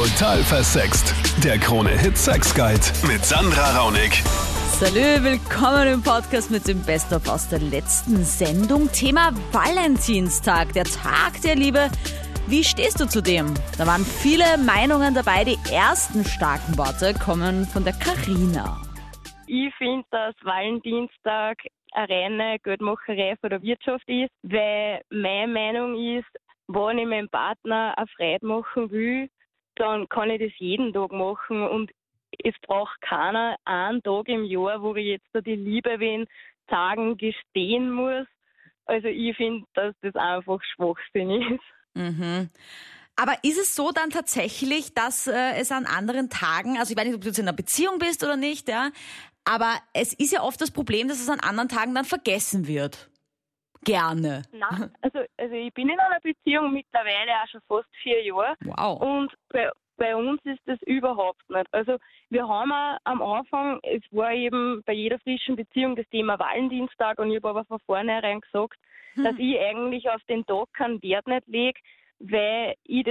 Total versext. Der Krone-Hit Sex Guide mit Sandra Raunig. Salü, willkommen im Podcast mit dem Best-of aus der letzten Sendung. Thema Valentinstag, der Tag der Liebe. Wie stehst du zu dem? Da waren viele Meinungen dabei. Die ersten starken Worte kommen von der Carina. Ich finde, dass Valentinstag eine reine Geldmacherei von der Wirtschaft ist, weil meine Meinung ist, wenn ich meinem Partner eine Freude machen will, dann kann ich das jeden Tag machen und es braucht keiner einen Tag im Jahr, wo ich jetzt die Liebe wen sagen, gestehen muss. Also ich finde, dass das einfach Schwachsinn ist. Mhm. Aber ist es so dann tatsächlich, dass es an anderen Tagen, also ich weiß nicht, ob du jetzt in einer Beziehung bist oder nicht, ja, aber es ist ja oft das Problem, dass es an anderen Tagen dann vergessen wird. Gerne. Nein, also ich bin in einer Beziehung mittlerweile auch schon fast 4 Jahre. Wow. Und bei uns ist das überhaupt nicht. Also wir haben auch am Anfang, es war eben bei jeder frischen Beziehung das Thema Valentinstag und ich habe aber von vornherein gesagt, dass ich eigentlich auf den Tag keinen Wert nicht lege, weil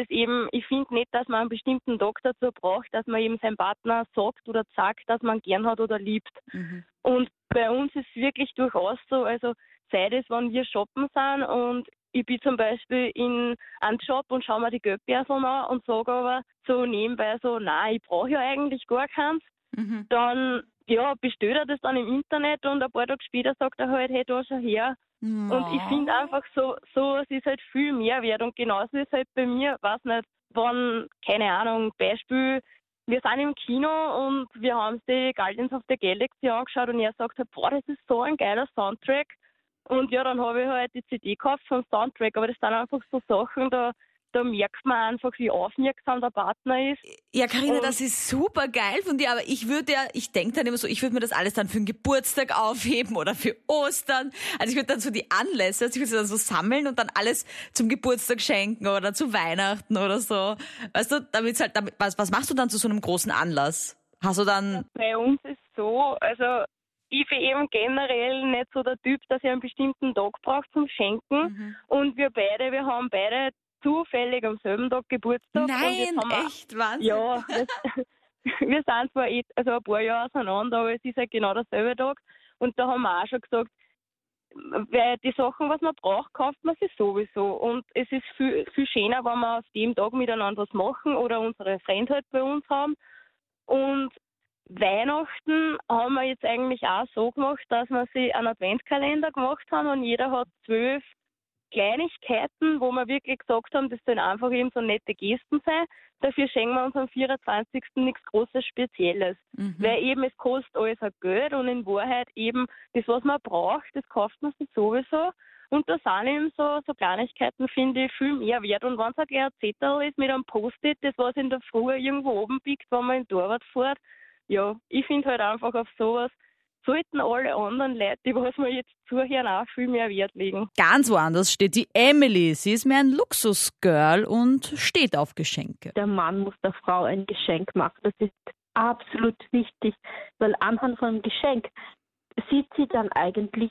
ich finde nicht, dass man einen bestimmten Tag dazu braucht, dass man eben seinem Partner sagt oder sagt, dass man gern hat oder liebt. Mhm. Und bei uns ist es wirklich durchaus so, also sei das, wenn wir shoppen sind und ich bin zum Beispiel in einem Shop und schaue mir die Geldbörsen an und sage aber so nebenbei so, nein, ich brauche ja eigentlich gar keins. Mhm. Dann bestellt er das dann im Internet und ein paar Tage später sagt er halt, hey, da schau her. Und ich finde einfach so, es ist halt viel mehr wert. Und genauso ist halt bei mir, weiß nicht, wenn, keine Ahnung, Beispiel, wir sind im Kino und wir haben uns die Guardians of the Galaxy angeschaut und er sagt halt, boah, das ist so ein geiler Soundtrack. Und ja, dann habe ich halt die CD gekauft vom Soundtrack, aber das sind einfach so Sachen, da merkt man einfach, wie aufmerksam der Partner ist. Ja, Carina, das ist super geil von dir, aber ich denke dann immer so, ich würde mir das alles dann für den Geburtstag aufheben oder für Ostern. Also ich würde dann so die Anlässe, also ich würde sie dann so sammeln und dann alles zum Geburtstag schenken oder zu Weihnachten oder so. Weißt du, was machst du dann zu so einem großen Anlass? Hast du dann... Bei uns ist so, also ich bin eben generell nicht so der Typ, dass ich einen bestimmten Tag brauche zum Schenken. Mhm. Und wir haben beide zufällig am selben Tag Geburtstag. Nein, und jetzt haben wir, echt? Wahnsinn. ja, wir sind zwar also ein paar Jahre auseinander, aber es ist halt genau derselbe Tag. Und da haben wir auch schon gesagt, weil die Sachen, was man braucht, kauft man sich sowieso. Und es ist viel, viel schöner, wenn wir auf dem Tag miteinander was machen oder unsere Freunde halt bei uns haben. Und Weihnachten haben wir jetzt eigentlich auch so gemacht, dass wir sich einen Adventskalender gemacht haben und jeder hat 12 Kleinigkeiten, wo wir wirklich gesagt haben, das sollen einfach eben so nette Gesten sein. Dafür schenken wir uns am 24. nichts Großes Spezielles. Mhm. Weil eben es kostet alles ein Geld und in Wahrheit eben das, was man braucht, das kauft man sich sowieso. Und da sind eben so Kleinigkeiten, finde ich, viel mehr wert. Und wenn es ein kleiner Zettel ist mit einem Post-it, das was in der Früh irgendwo oben biegt, wenn man in Torwart fährt, ja, ich finde halt einfach auf sowas sollten alle anderen Leute, die was mir jetzt zuhören, auch viel mehr Wert legen. Ganz woanders steht die Emily. Sie ist mehr ein Luxusgirl und steht auf Geschenke. Der Mann muss der Frau ein Geschenk machen. Das ist absolut wichtig, weil anhand von einem Geschenk sieht sie dann eigentlich,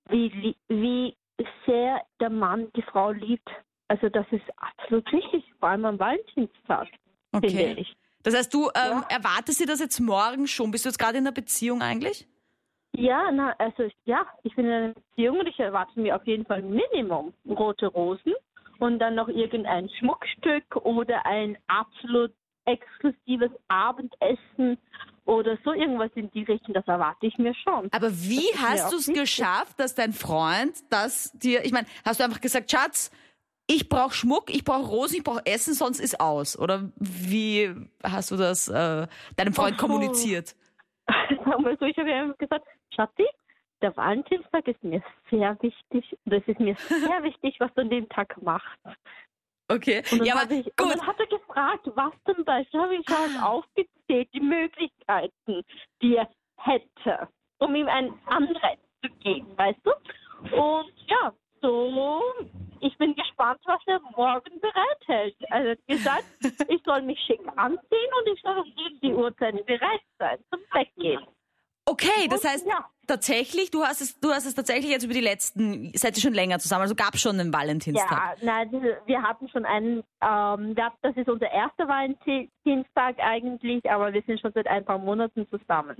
wie sehr der Mann die Frau liebt. Also das ist absolut wichtig, vor allem am Valentinstag, finde ich. Das heißt, du erwartest dir das jetzt morgen schon? Bist du jetzt gerade in einer Beziehung eigentlich? Ja, ich bin in einer Beziehung und ich erwarte mir auf jeden Fall Minimum rote Rosen und dann noch irgendein Schmuckstück oder ein absolut exklusives Abendessen oder so irgendwas in die Richtung, das erwarte ich mir schon. Aber wie hast du es geschafft, dass dein Freund das dir, ich meine, hast du einfach gesagt, Schatz, ich brauche Schmuck, ich brauche Rosen, ich brauche Essen, sonst ist aus? Oder wie hast du das deinem Freund kommuniziert? Sagen wir so, ich habe ihm gesagt, Schatzi, der Valentinstag ist mir sehr wichtig. Und es ist mir sehr wichtig, was du an dem Tag machst. Okay, Und dann, ja, aber und dann hat er gefragt, was zum Beispiel, habe ich halt aufgezählt, die Möglichkeiten, die er hätte, um ihm einen Anreiz zu geben, weißt du? Und ja, so, ich bin gespannt, was er morgen bereithält. Also er hat gesagt, ich soll mich schick anziehen und ich soll um die Uhrzeit bereit sein zum Weggehen. Okay, das heißt Ja. tatsächlich, du hast es tatsächlich jetzt seid ihr schon länger zusammen, also gab es schon einen Valentinstag. Ja, nein, wir hatten schon einen, das ist unser erster Valentinstag eigentlich, aber wir sind schon seit ein paar Monaten zusammen.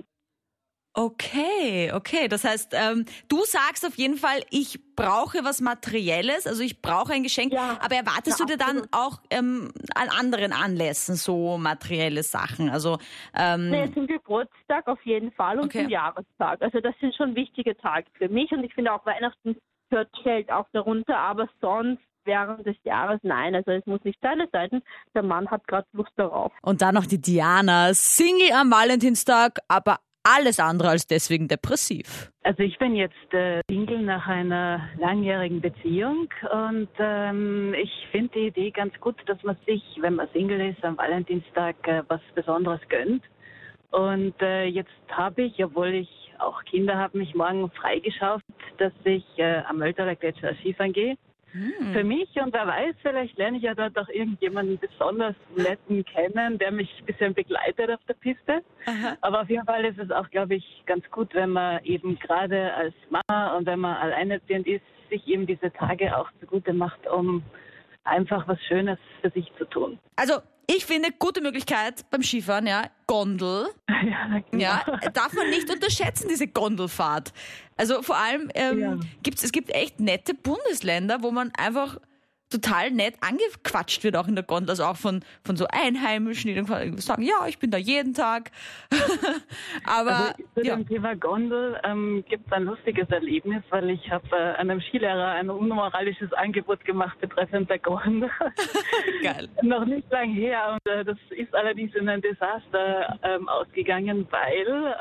Okay. Das heißt, du sagst auf jeden Fall, ich brauche was Materielles, also ich brauche ein Geschenk, Ja. aber erwartest Ja, du dir dann absolut. auch an anderen Anlässen so materielle Sachen? Also Nee, zum Geburtstag auf jeden Fall und Okay. zum Jahrestag. Also das sind schon wichtige Tage für mich und ich finde auch Weihnachten fällt auch darunter, aber sonst während des Jahres nein. Also es muss nicht seine sein. Der Mann hat gerade Lust darauf. und dann noch die Diana, Single am Valentinstag, aber alles andere als deswegen depressiv. Also ich bin jetzt Single nach einer langjährigen Beziehung und ich finde die Idee ganz gut, dass man sich, wenn man Single ist, am Valentinstag was Besonderes gönnt. Und jetzt habe ich, obwohl ich auch Kinder habe, mich morgen freigeschaufelt, dass ich am Mölterer Gletscher Skifahren gehe. Für mich, und wer weiß, vielleicht lerne ich ja dort auch irgendjemanden besonders netten kennen, der mich ein bisschen begleitet auf der Piste. Aha. Aber auf jeden Fall ist es auch, glaube ich, ganz gut, wenn man eben gerade als Mama und wenn man alleinerziehend ist, sich eben diese Tage auch zugute macht, um einfach was Schönes für sich zu tun. Also ich finde, gute Möglichkeit beim Skifahren, ja, Gondel. Ja, genau. Ja, darf man nicht unterschätzen, diese Gondelfahrt. Also vor allem Ja. es gibt echt nette Bundesländer, wo man einfach total nett angequatscht wird, auch in der Gondel, also auch von so Einheimischen, die dann sagen, ja, ich bin da jeden Tag. Aber Also zu ja, dem Thema Gondel gibt es ein lustiges Erlebnis, weil ich habe einem Skilehrer ein unmoralisches Angebot gemacht betreffend der Gondel. geil. Noch nicht lang her und das ist allerdings in ein Desaster ausgegangen, weil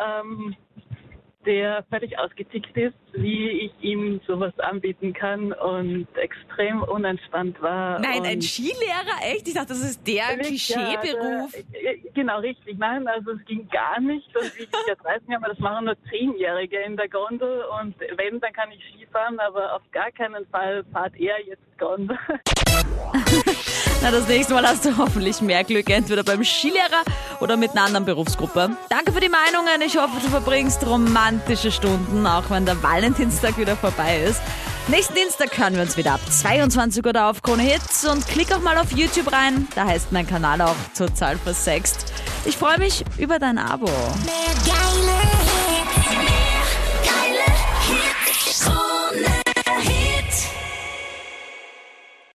der völlig ausgetickt ist, wie ich ihm sowas anbieten kann und extrem unentspannt war. Nein, und ein Skilehrer, echt? Ich dachte, das ist der Klischeeberuf. Genau, richtig. Nein, also es ging gar nicht. Und wie ich ja 30 habe, das machen nur 10-Jährige in der Gondel. Und wenn, dann kann ich Skifahren, aber auf gar keinen Fall fahrt er jetzt Gondel. Na, das nächste Mal hast du hoffentlich mehr Glück, entweder beim Skilehrer oder mit einer anderen Berufsgruppe. Danke für die Meinungen. Ich hoffe, du verbringst romantische Stunden, auch wenn der Valentinstag wieder vorbei ist. Nächsten Dienstag hören wir uns wieder ab 22 Uhr da auf Krone Hits und klick auch mal auf YouTube rein. Da heißt mein Kanal auch total versext. Ich freue mich über dein Abo. Mehr geile Hits, Krone.